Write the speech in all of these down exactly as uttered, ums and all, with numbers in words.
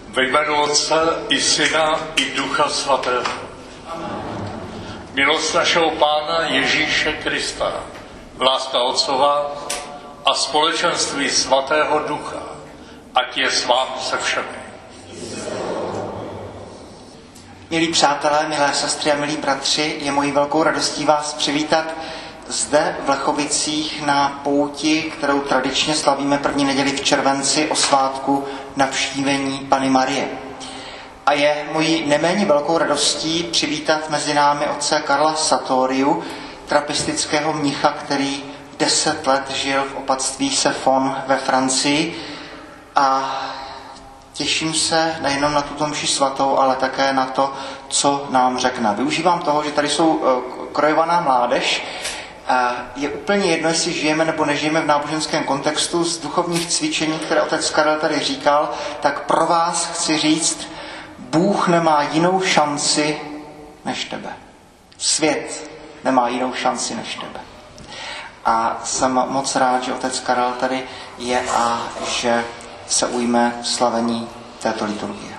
Ve jménu Otce i Syna i Ducha Svatého. Milost našeho Pána Ježíše Krista, láska Otcova a společenství Svatého Ducha, ať je s vámi se všemi. Milí přátelé, milé sestry a milí bratři, je mojí velkou radostí vás přivítat zde v Lechovicích na pouti, kterou tradičně slavíme první neděli v červenci o svátku Navštívení Panny Marie. A je mojí neméně velkou radostí přivítat mezi námi otce Karla Sartoriu, trapistického mnicha, který deset let žil v opatství Sefon ve Francii. A těším se nejenom na tuto mši svatou, ale také na to, co nám řekne. Využívám toho, že tady jsou krojovaná mládež. Je úplně jedno, jestli žijeme nebo nežijeme v náboženském kontextu. Z duchovních cvičení, které otec Karel tady říkal, tak pro vás chci říct, Bůh nemá jinou šanci než tebe. Svět nemá jinou šanci než tebe. A jsem moc rád, že otec Karel tady je a že se ujme slavení této liturgie.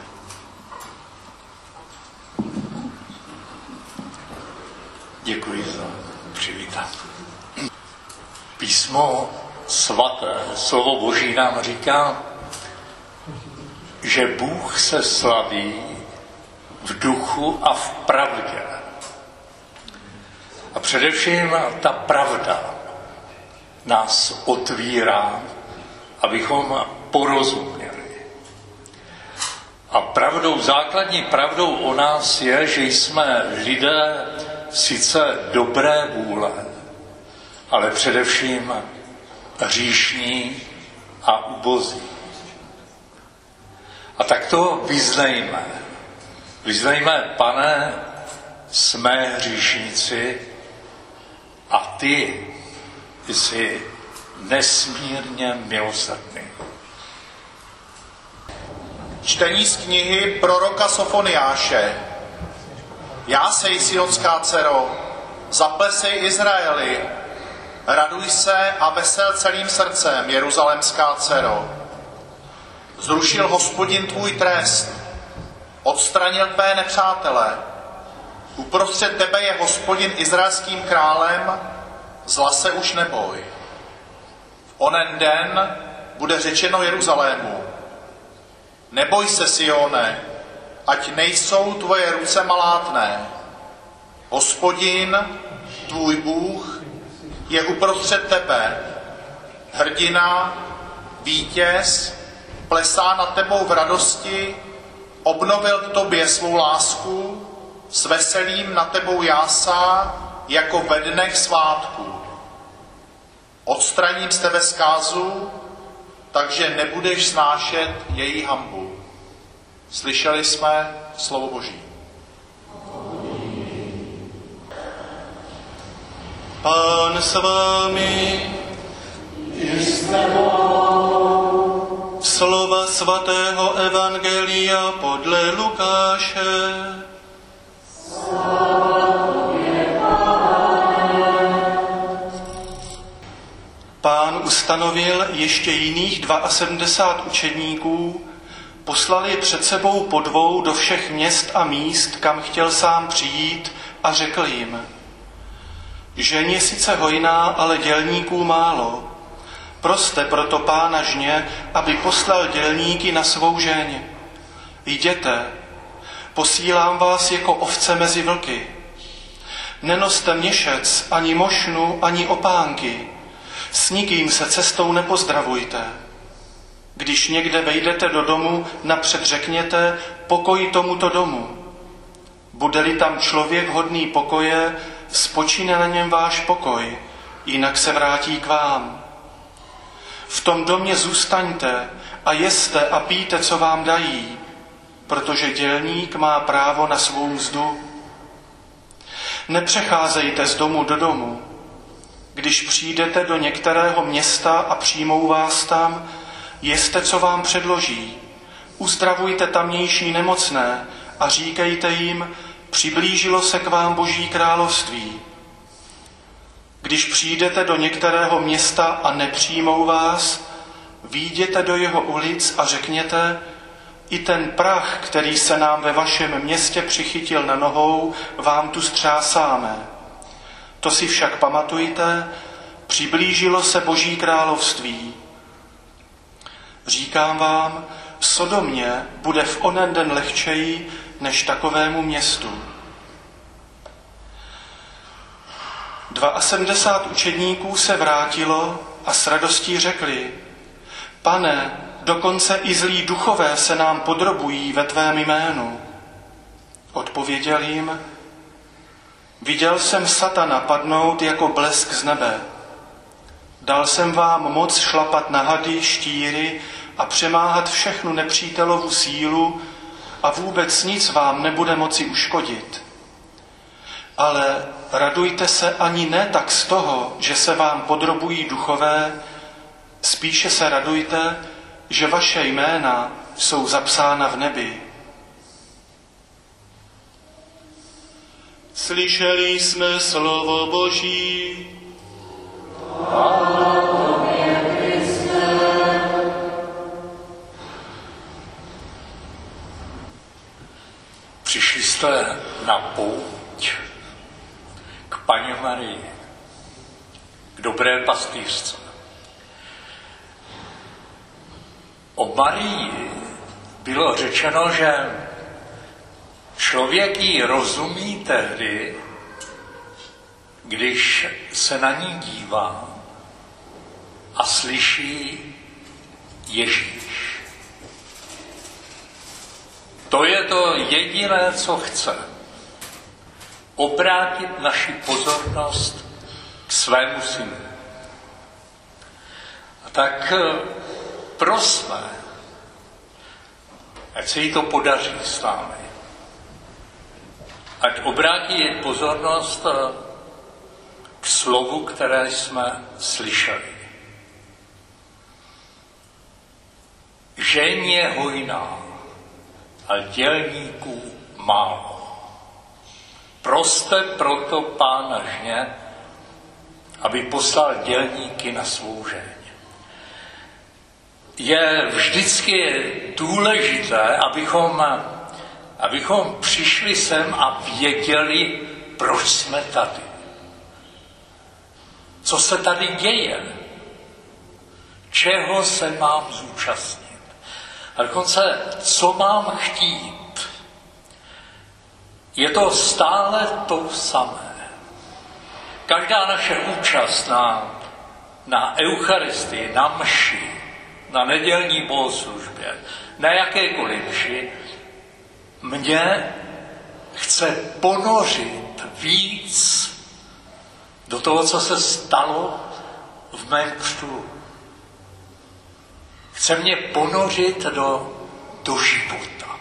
Děkuji za přivítání. Písmo svaté, slovo Boží nám říká, že Bůh se slaví v duchu a v pravdě. A především ta pravda nás otvírá, abychom porozuměli. A pravdou, základní pravdou o nás je, že jsme lidé sice dobré vůle, ale především hříšní a ubozí. A tak to vyznejme. Vyznejme, Pane, jsme hříšníci a ty jsi nesmírně milosrdný. Čtení z knihy proroka Sofoniáše. Jásej, sionská dcero, zaplesej Izraeli, raduj se a vesel celým srdcem, jeruzalémská dcero. Zrušil Hospodin tvůj trest, odstranil tvé nepřátele. Uprostřed tebe je Hospodin izraelským králem, zla se už neboj. V onen den bude řečeno Jeruzalému: neboj se, Sione, ať nejsou tvoje ruce malátné. Hospodin, tvůj Bůh, je uprostřed tebe. Hrdina, vítěz, plesá nad tebou v radosti, obnovil k tobě svou lásku, s veselím nad tebou jásá, jako ve dnech svátku. Odstraním z tebe zkázu, takže nebudeš snášet její hanbu. Slyšeli jsme slovo Boží. Pán s vámi. Slova svatého evangelia podle Lukáše. Pán ustanovil ještě jiných sedmdesát dva učedníků, poslal je před sebou po dvou do všech měst a míst, kam chtěl sám přijít, a řekl jim: žeň je sice hojná, ale dělníků málo. Proste proto Pána žně, aby poslal dělníky na svou žeň. Jděte, posílám vás jako ovce mezi vlky. Nenoste měšec, ani mošnu, ani opánky. S nikým se cestou nepozdravujte. Když někde vejdete do domu, napřed řekněte: pokoj tomuto domu. Bude-li tam člověk hodný pokoje, spočíne na něm váš pokoj, jinak se vrátí k vám. V tom domě zůstaňte a jeste a pijte, co vám dají, protože dělník má právo na svou mzdu. Nepřecházejte z domu do domu. Když přijdete do některého města a přijmou vás tam, jeste, co vám předloží. Uzdravujte tamnější nemocné a říkejte jim: přiblížilo se k vám Boží království. Když přijdete do některého města a nepřijmou vás, vyjděte do jeho ulic a řekněte: I ten prach, který se nám ve vašem městě přichytil na nohou, vám tu střásáme. To si však pamatujte, přiblížilo se Boží království. Říkám vám, Sodomě bude v onen den lehčeji než takovému městu. Dvaasedmdesát učedníků se vrátilo a s radostí řekli: Pane, dokonce i zlí duchové se nám podrobují ve tvém jménu. Odpověděl jim: Viděl jsem satana padnout jako blesk z nebe. Dal jsem vám moc šlapat na hady, štíry a přemáhat všechnu nepřítelovu sílu a vůbec nic vám nebude moci uškodit. Ale radujte se ani ne tak z toho, že se vám podrobují duchové, spíše se radujte, že vaše jména jsou zapsána v nebi. Slyšeli jsme slovo Boží. Přišli jste na pouť k Panně Marii, k dobré pastýřce. O Marii bylo řečeno, že člověk jí rozumí tehdy, když se na ní dívá a slyší Ježíš. To je to jediné, co chce. Obrátit naši pozornost k svému synu. A tak prosme, ať se jí to podaří s námi. Ať obrátí pozornost k slovu, které jsme slyšeli. Žeň je hojná, a dělníků málo. Proste proto Pána žně, aby poslal dělníky na svou žeň. Je vždycky důležité, abychom, abychom přišli sem a věděli, proč jsme tady. Co se tady děje? Čeho se mám zúčastnit? A dokonce, co mám chtít? Je to stále to samé. Každá naše účast na, na eucharistii, na mši, na nedělní bohoslužbě, na jakékoliv mši, mě chce ponořit víc do toho, co se stalo v mém křtu. Chce mě ponořit do, do života.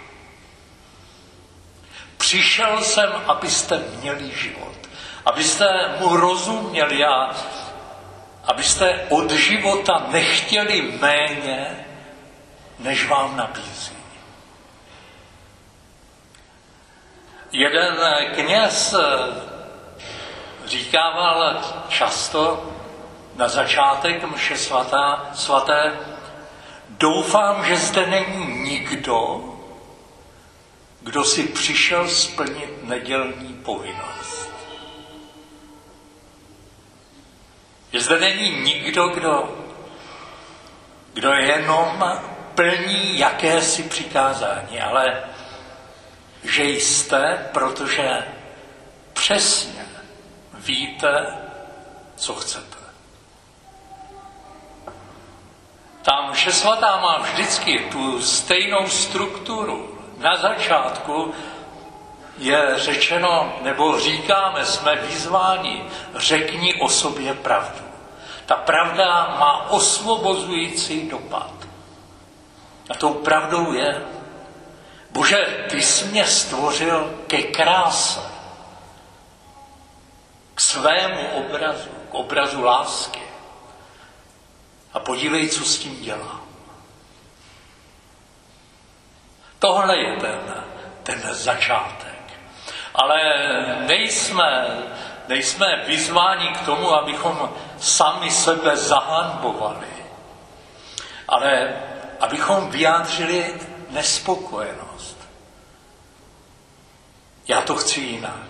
Přišel jsem, abyste měli život. Abyste mu rozuměli a abyste od života nechtěli méně, než vám nabízí. Jeden kněz říkával často na začátek mše svatá, svaté: doufám, že zde není nikdo, kdo si přišel splnit nedělní povinnost. Že zde není nikdo, kdo, kdo jenom plní jakési přikázání, ale že jste, protože přesně víte, co chcete. Ta mše svatá má vždycky tu stejnou strukturu. Na začátku je řečeno, nebo říkáme, jsme vyzváni, řekni o sobě pravdu. Ta pravda má osvobozující dopad. A tou pravdou je: Bože, ty jsi mě stvořil ke kráse, k svému obrazu, k obrazu lásky. A podívej, co s tím dělám. Tohle je ten, ten začátek. Ale nejsme, nejsme vyzváni k tomu, abychom sami sebe zahanbovali, ale abychom vyjádřili nespokojenost. Já to chci jinak.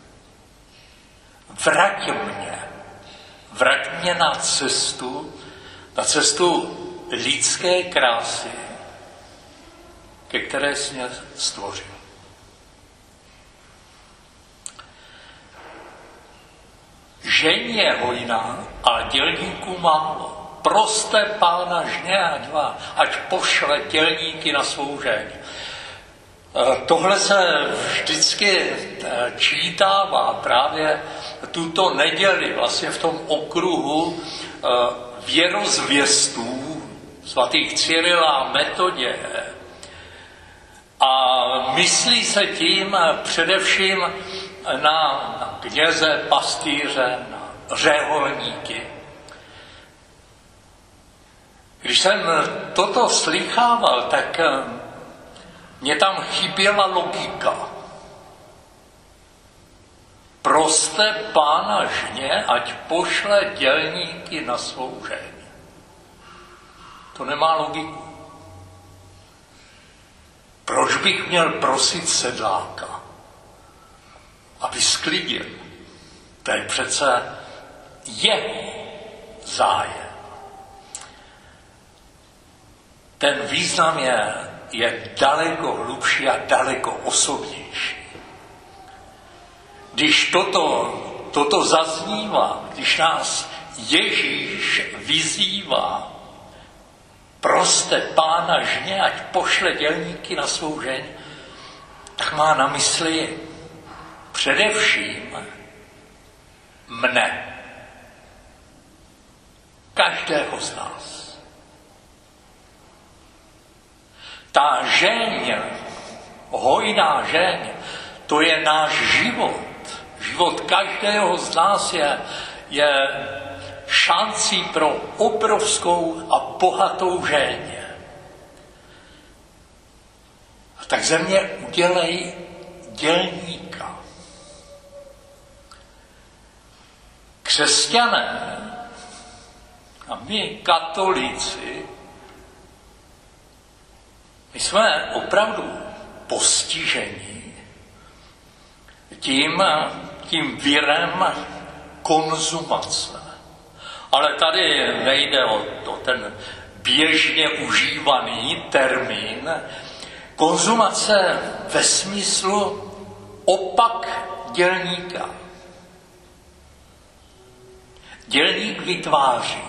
Vrať mě. Vrať mě na cestu, na cestu lidské krásy, ke které jsi mě stvořil. Žeň je hojná a dělníků málo. Proste Pána žně a dva, ať pošle dělníky na svou žeň. Tohle se vždycky čítává právě tuto neděli vlastně v tom okruhu věrozvěstů svatých Cyrila a Metodě. A myslí se tím především na kněze, pastýře, na řeholníky. Když jsem toto slychával, tak mě tam chyběla logika. Proste Pána žně, ať pošle dělníky na svou žeň. To nemá logiku. Proč bych měl prosit sedláka, aby sklidil? To je přece jeho zájem. Ten význam je, je daleko hlubší a daleko osobnější. Když toto, toto zaznívá, když nás Ježíš vyzývá, proste Pána žně, ať pošle dělníky na svou žeň, tak má na mysli především mne. Každého z nás. Ta žeň, hojná žeň, to je náš život. Život každého z nás je, je šancí pro obrovskou a bohatou žeň. Tak ze mě udělej dělníka. Křesťané a my katolíci, my jsme opravdu postiženi tím, tím virem konzumace. Ale tady nejde o to, ten běžně užívaný termín. Konzumace ve smyslu opak dělníka. Dělník vytváří,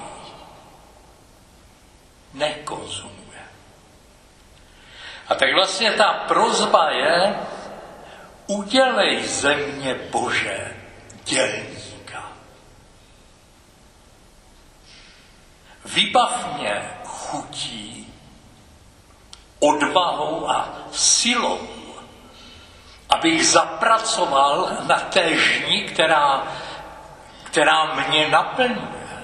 nekonzumuje. A tak vlastně ta prosba je, udělej ze mě, Bože, dělníka. Vybav mě chutí, odvahou a silou, abych zapracoval na té žni, která, která mě naplňuje.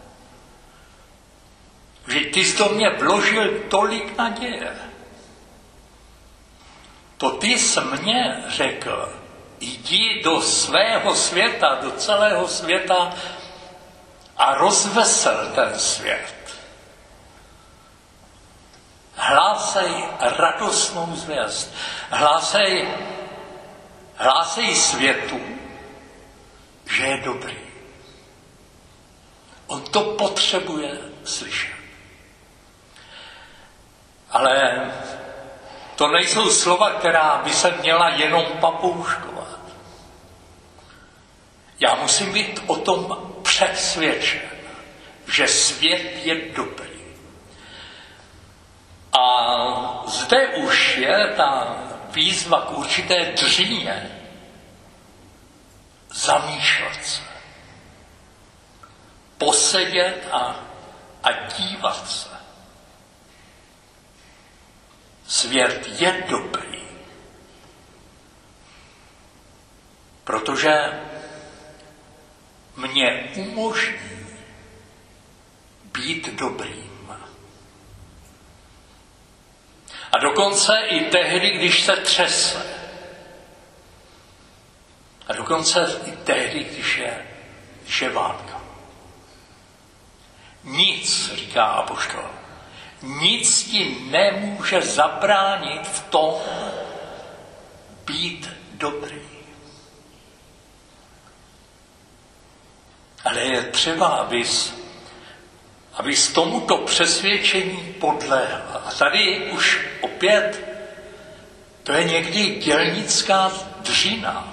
Že ty jsi do mě vložil tolik naděje. To ty jsi mě řekl, jdi do svého světa, do celého světa a rozvesel ten svět. Hlásej radostnou zvěst. Hlásej, hlásej světu, že je dobrý. On to potřebuje slyšet. Ale to nejsou slova, která by se měla jenom papouškovat. Já musím být o tom přesvědčen, že svět je dobrý. A zde už je ta výzva k určité dříně. Zamýšlet se. Posedět a, a dívat se. Svět je dobrý. Protože mě umožní být dobrým. A dokonce i tehdy, když se třese. A dokonce i tehdy, když je, když je válka. Nic, říká apoštol, nic ti nemůže zabránit v tom být dobrý. Ale je třeba, abys, abys tomuto přesvědčení podléhal. A tady už opět to je někdy dělnická dřina.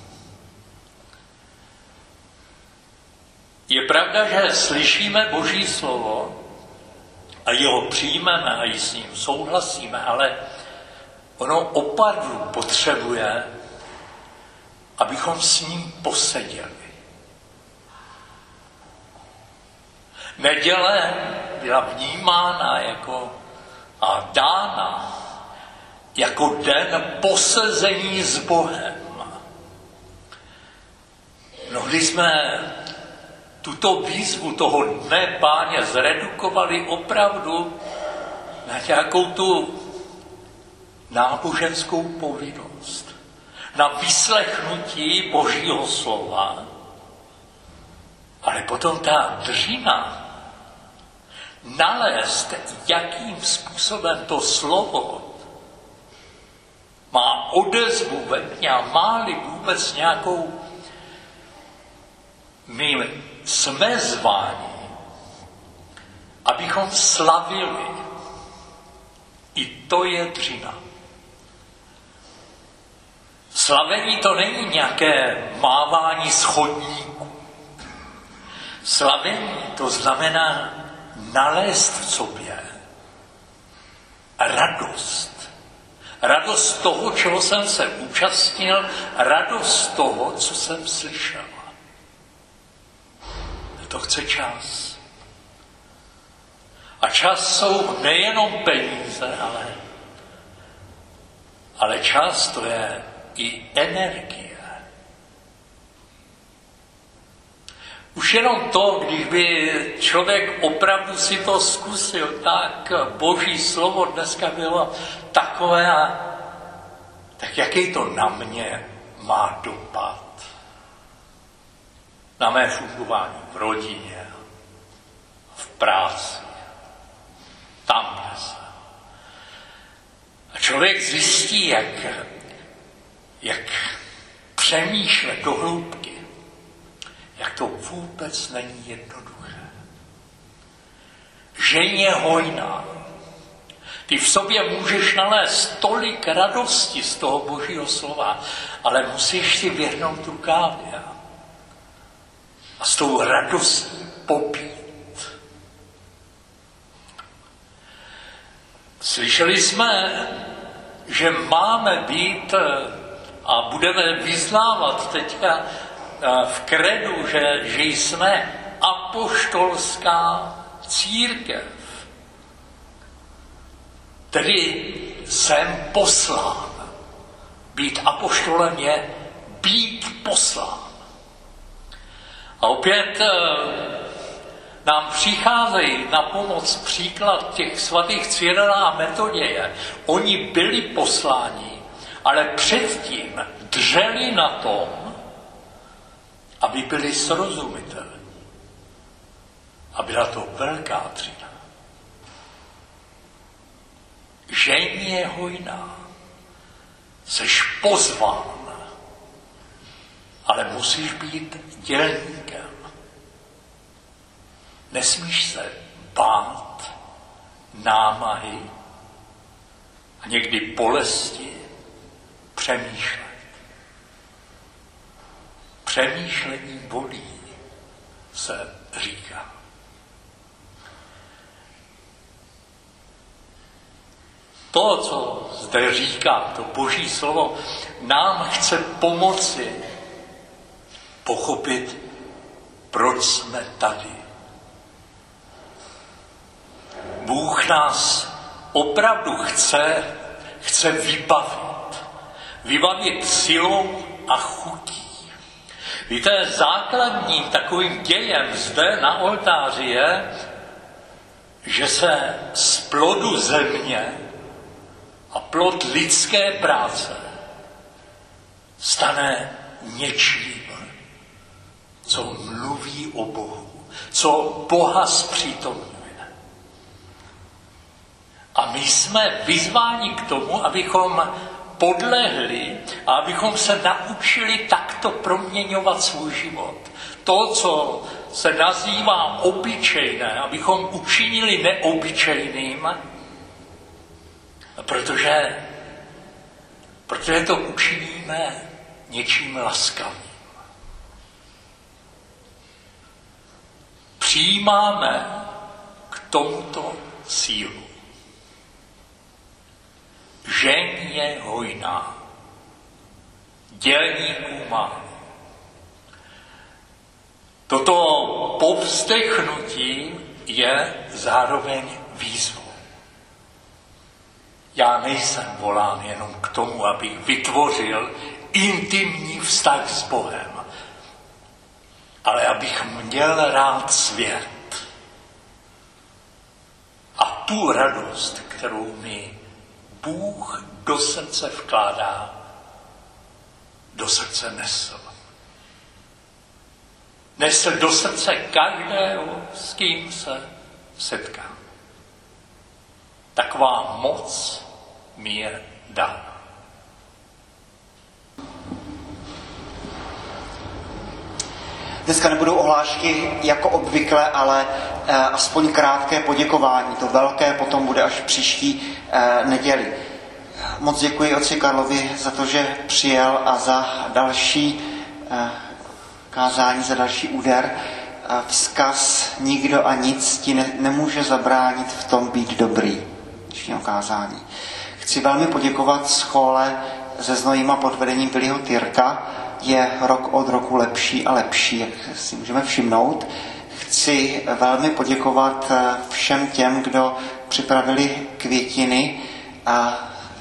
Je pravda, že slyšíme Boží slovo a jeho přijmeme a i s ním souhlasíme, ale ono opravdu potřebuje, abychom s ním poseděli. Neděle byla vnímána jako a dána jako den posezení s Bohem. Mnohdy jsme tuto výzvu toho dne Páně zredukovali opravdu na nějakou tu náboženskou povinnost, na vyslechnutí Božího slova, ale potom ta dřina nalézt, jakým způsobem to slovo má odezvu ve mně a má-li vůbec nějakou. My jsme zváni, abychom slavili. I to je dřina. Slavení to není nějaké mávání schodníků. Slavení to znamená nalézt v sobě radost. Radost toho, čeho jsem se účastnil, radost toho, co jsem slyšel. To chce čas. A čas jsou nejenom peníze, ale, ale čas to je i energie. Už jenom to, když by člověk opravdu si to zkusil, tak Boží slovo dneska bylo takové, a tak jaký to na mě má dopad? Na mé fungování v rodině, v práci, tam, kde jsem. A člověk zjistí, jak, jak přemýšlet do hloubky, jak to vůbec není jednoduché. Žeň je hojná. Ty v sobě můžeš nalézt tolik radosti z toho Božího slova, ale musíš si věhnout rukávě a s tou radostí popít. Slyšeli jsme, že máme být a budeme vyznávat teďka v kredu, že, že jsme apoštolská církev. Tedy jsem poslán. Být apoštolem je být poslán. A opět nám přicházejí na pomoc příklad těch svatých Cyrila a Metoděje. Oni byli posláni, ale předtím dřeli na tom, aby byli srozumitelní. A byla to velká dřina. Žeň je hojná. Seš pozván, ale musíš být dělníkem. Nesmíš se bát námahy a někdy bolesti přemýšlet. Přemýšlení bolí, se říká. To, co zde říká, to Boží slovo, nám chce pomoci pochopit, proč jsme tady. Bůh nás opravdu chce, chce vybavit. Vybavit silou a chutí. Víte, základním takovým dějem zde na oltáři je, že se z plodu země a plod lidské práce stane něčím, co mluví o Bohu, co Boha zpřítomňuje. A my jsme vyzváni k tomu, abychom podlehli a abychom se naučili takto proměňovat svůj život. To, co se nazývá obyčejné, abychom učinili neobyčejným, protože, protože to učiníme něčím laskavým. Přijímáme k tomuto sílu. Žeň je hojná, dělníků má. Toto povzdechnutí je zároveň výzvou. Já nejsem volán jenom k tomu, abych vytvořil intimní vztah s Bohem, ale abych měl rád svět. A tu radost, kterou mi Bůh do srdce vkládá, do srdce nesl. Nesl do srdce každého, s kým se setká. Taková moc mír dal. Dneska nebudou ohlášky jako obvykle, ale eh, aspoň krátké poděkování. To velké potom bude až příští eh, neděli. Moc děkuji otci Karlovi za to, že přijel a za další eh, kázání, za další úder. Eh, vzkaz nikdo a nic ti ne, nemůže zabránit v tom být dobrý. Dnešního kázání. Chci velmi poděkovat schole se Znojima pod vedením Billyho Tyrka. Je rok od roku lepší a lepší, jak si můžeme všimnout. Chci velmi poděkovat všem těm, kdo připravili květiny a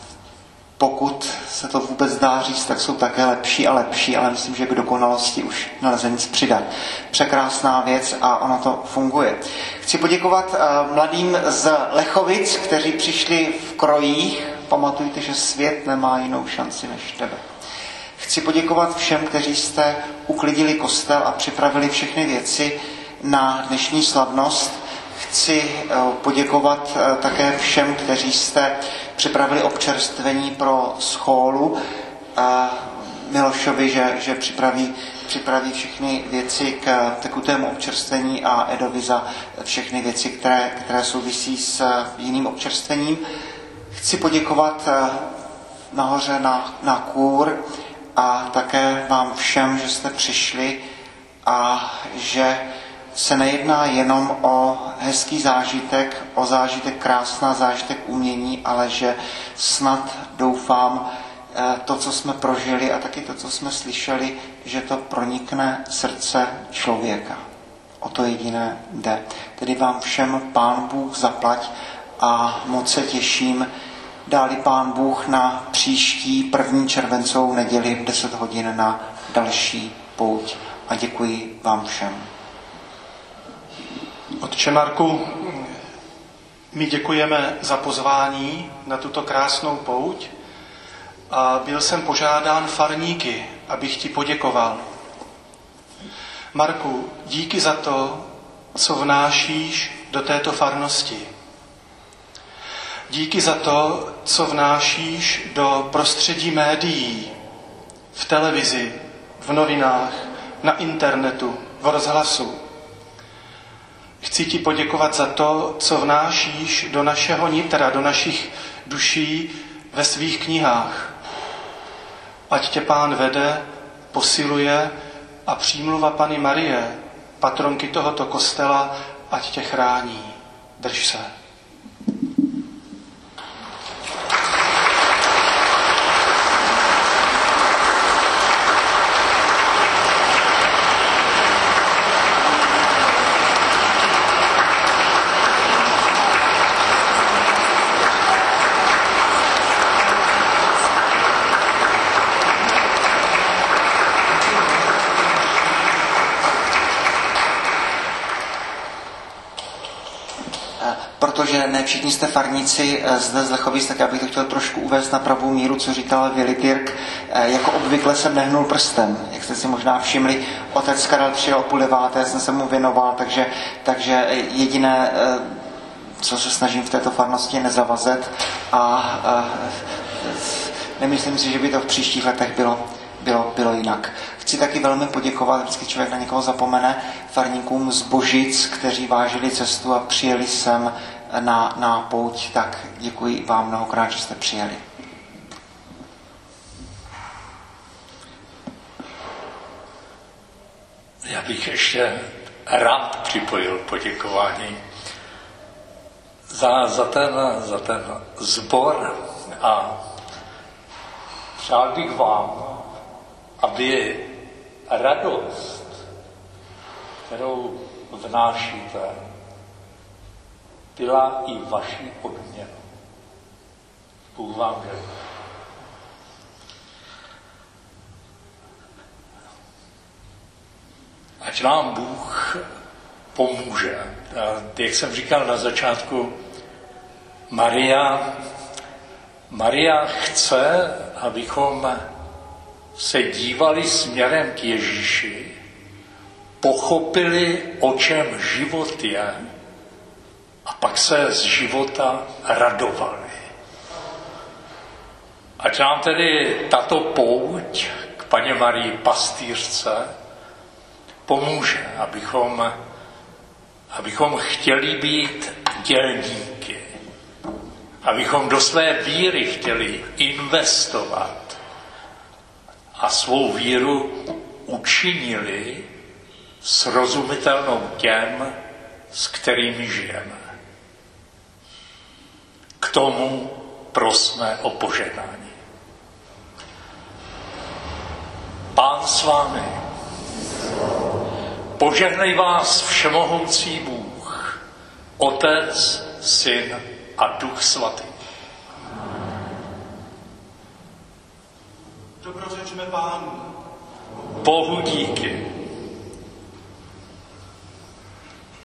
pokud se to vůbec dá říct, tak jsou také lepší a lepší, ale myslím, že k dokonalosti už nelze nic přidat. Překrásná věc a ono to funguje. Chci poděkovat mladým z Lechovic, kteří přišli v krojích. Pamatujte, že svět nemá jinou šanci než tebe. Chci poděkovat všem, kteří jste uklidili kostel a připravili všechny věci na dnešní slavnost. Chci poděkovat také všem, kteří jste připravili občerstvení pro schólu. Milošovi, že, že připraví, připraví všechny věci k tekutému občerstvení a Edovi za všechny věci, které, které souvisí s jiným občerstvením. Chci poděkovat nahoře na, na kůr a také vám všem, že jste přišli a že se nejedná jenom o hezký zážitek, o zážitek krásná, zážitek umění, ale že snad doufám to, co jsme prožili a taky to, co jsme slyšeli, že to pronikne srdce člověka. O to jediné jde. Tedy vám všem Pán Bůh zaplať a moc se těším, dá-li Pán Bůh na příští první červencovou neděli v deset hodin na další pouť. A děkuji vám všem. Otče Marku, my děkujeme za pozvání na tuto krásnou pouť a byl jsem požádán farníky, abych ti poděkoval. Marku, díky za to, co vnášíš do této farnosti. Díky za to, co vnášíš do prostředí médií, v televizi, v novinách, na internetu, v rozhlasu. Chci ti poděkovat za to, co vnášíš do našeho nitra, do našich duší ve svých knihách. Ať tě Pán vede, posiluje a přímluva Panny Marie, patronky tohoto kostela, ať tě chrání. Drž se. Protože ne všichni jste farníci zde z Lechovic, tak já bych to chtěl trošku uvést na pravou míru, co říkal Willy Tyrk. Jako obvykle jsem nehnul prstem, jak jste si možná všimli. Otec Karel přijel o půl deváté, jsem se mu věnoval, takže, takže jediné, co se snažím v této farnosti nezavazet a, a nemyslím si, že by to v příštích letech bylo, bylo, bylo jinak. Chci taky velmi poděkovat, vždycky člověk na někoho zapomene, farníkům z Božic, kteří vážili cestu a přijeli sem na, na pouť, tak děkuji vám mnohokrát, že jste přijeli. Já bych ještě rád připojil poděkování za, za, ten, za ten sbor a přál bych vám, aby radost, kterou vnášíte, byla i vaší odměnou. Bůh vám žehnej. Ať nám Bůh pomůže. A jak jsem říkal na začátku, Maria, Maria chce, abychom se dívali směrem k Ježíši, pochopili, o čem život je, a pak se z života radovali. Ať nám tedy tato pouť k Panně Marii Pastýřce pomůže, abychom, abychom chtěli být dělníky, abychom do své víry chtěli investovat a svou víru učinili srozumitelnou těm, s kterými žijeme. K tomu prosme o požehnání. Pán s vámi. Požehnej vás všemohoucí Bůh, Otec, Syn a Duch Svatý. Dobrořečme Pánu. Bohu díky.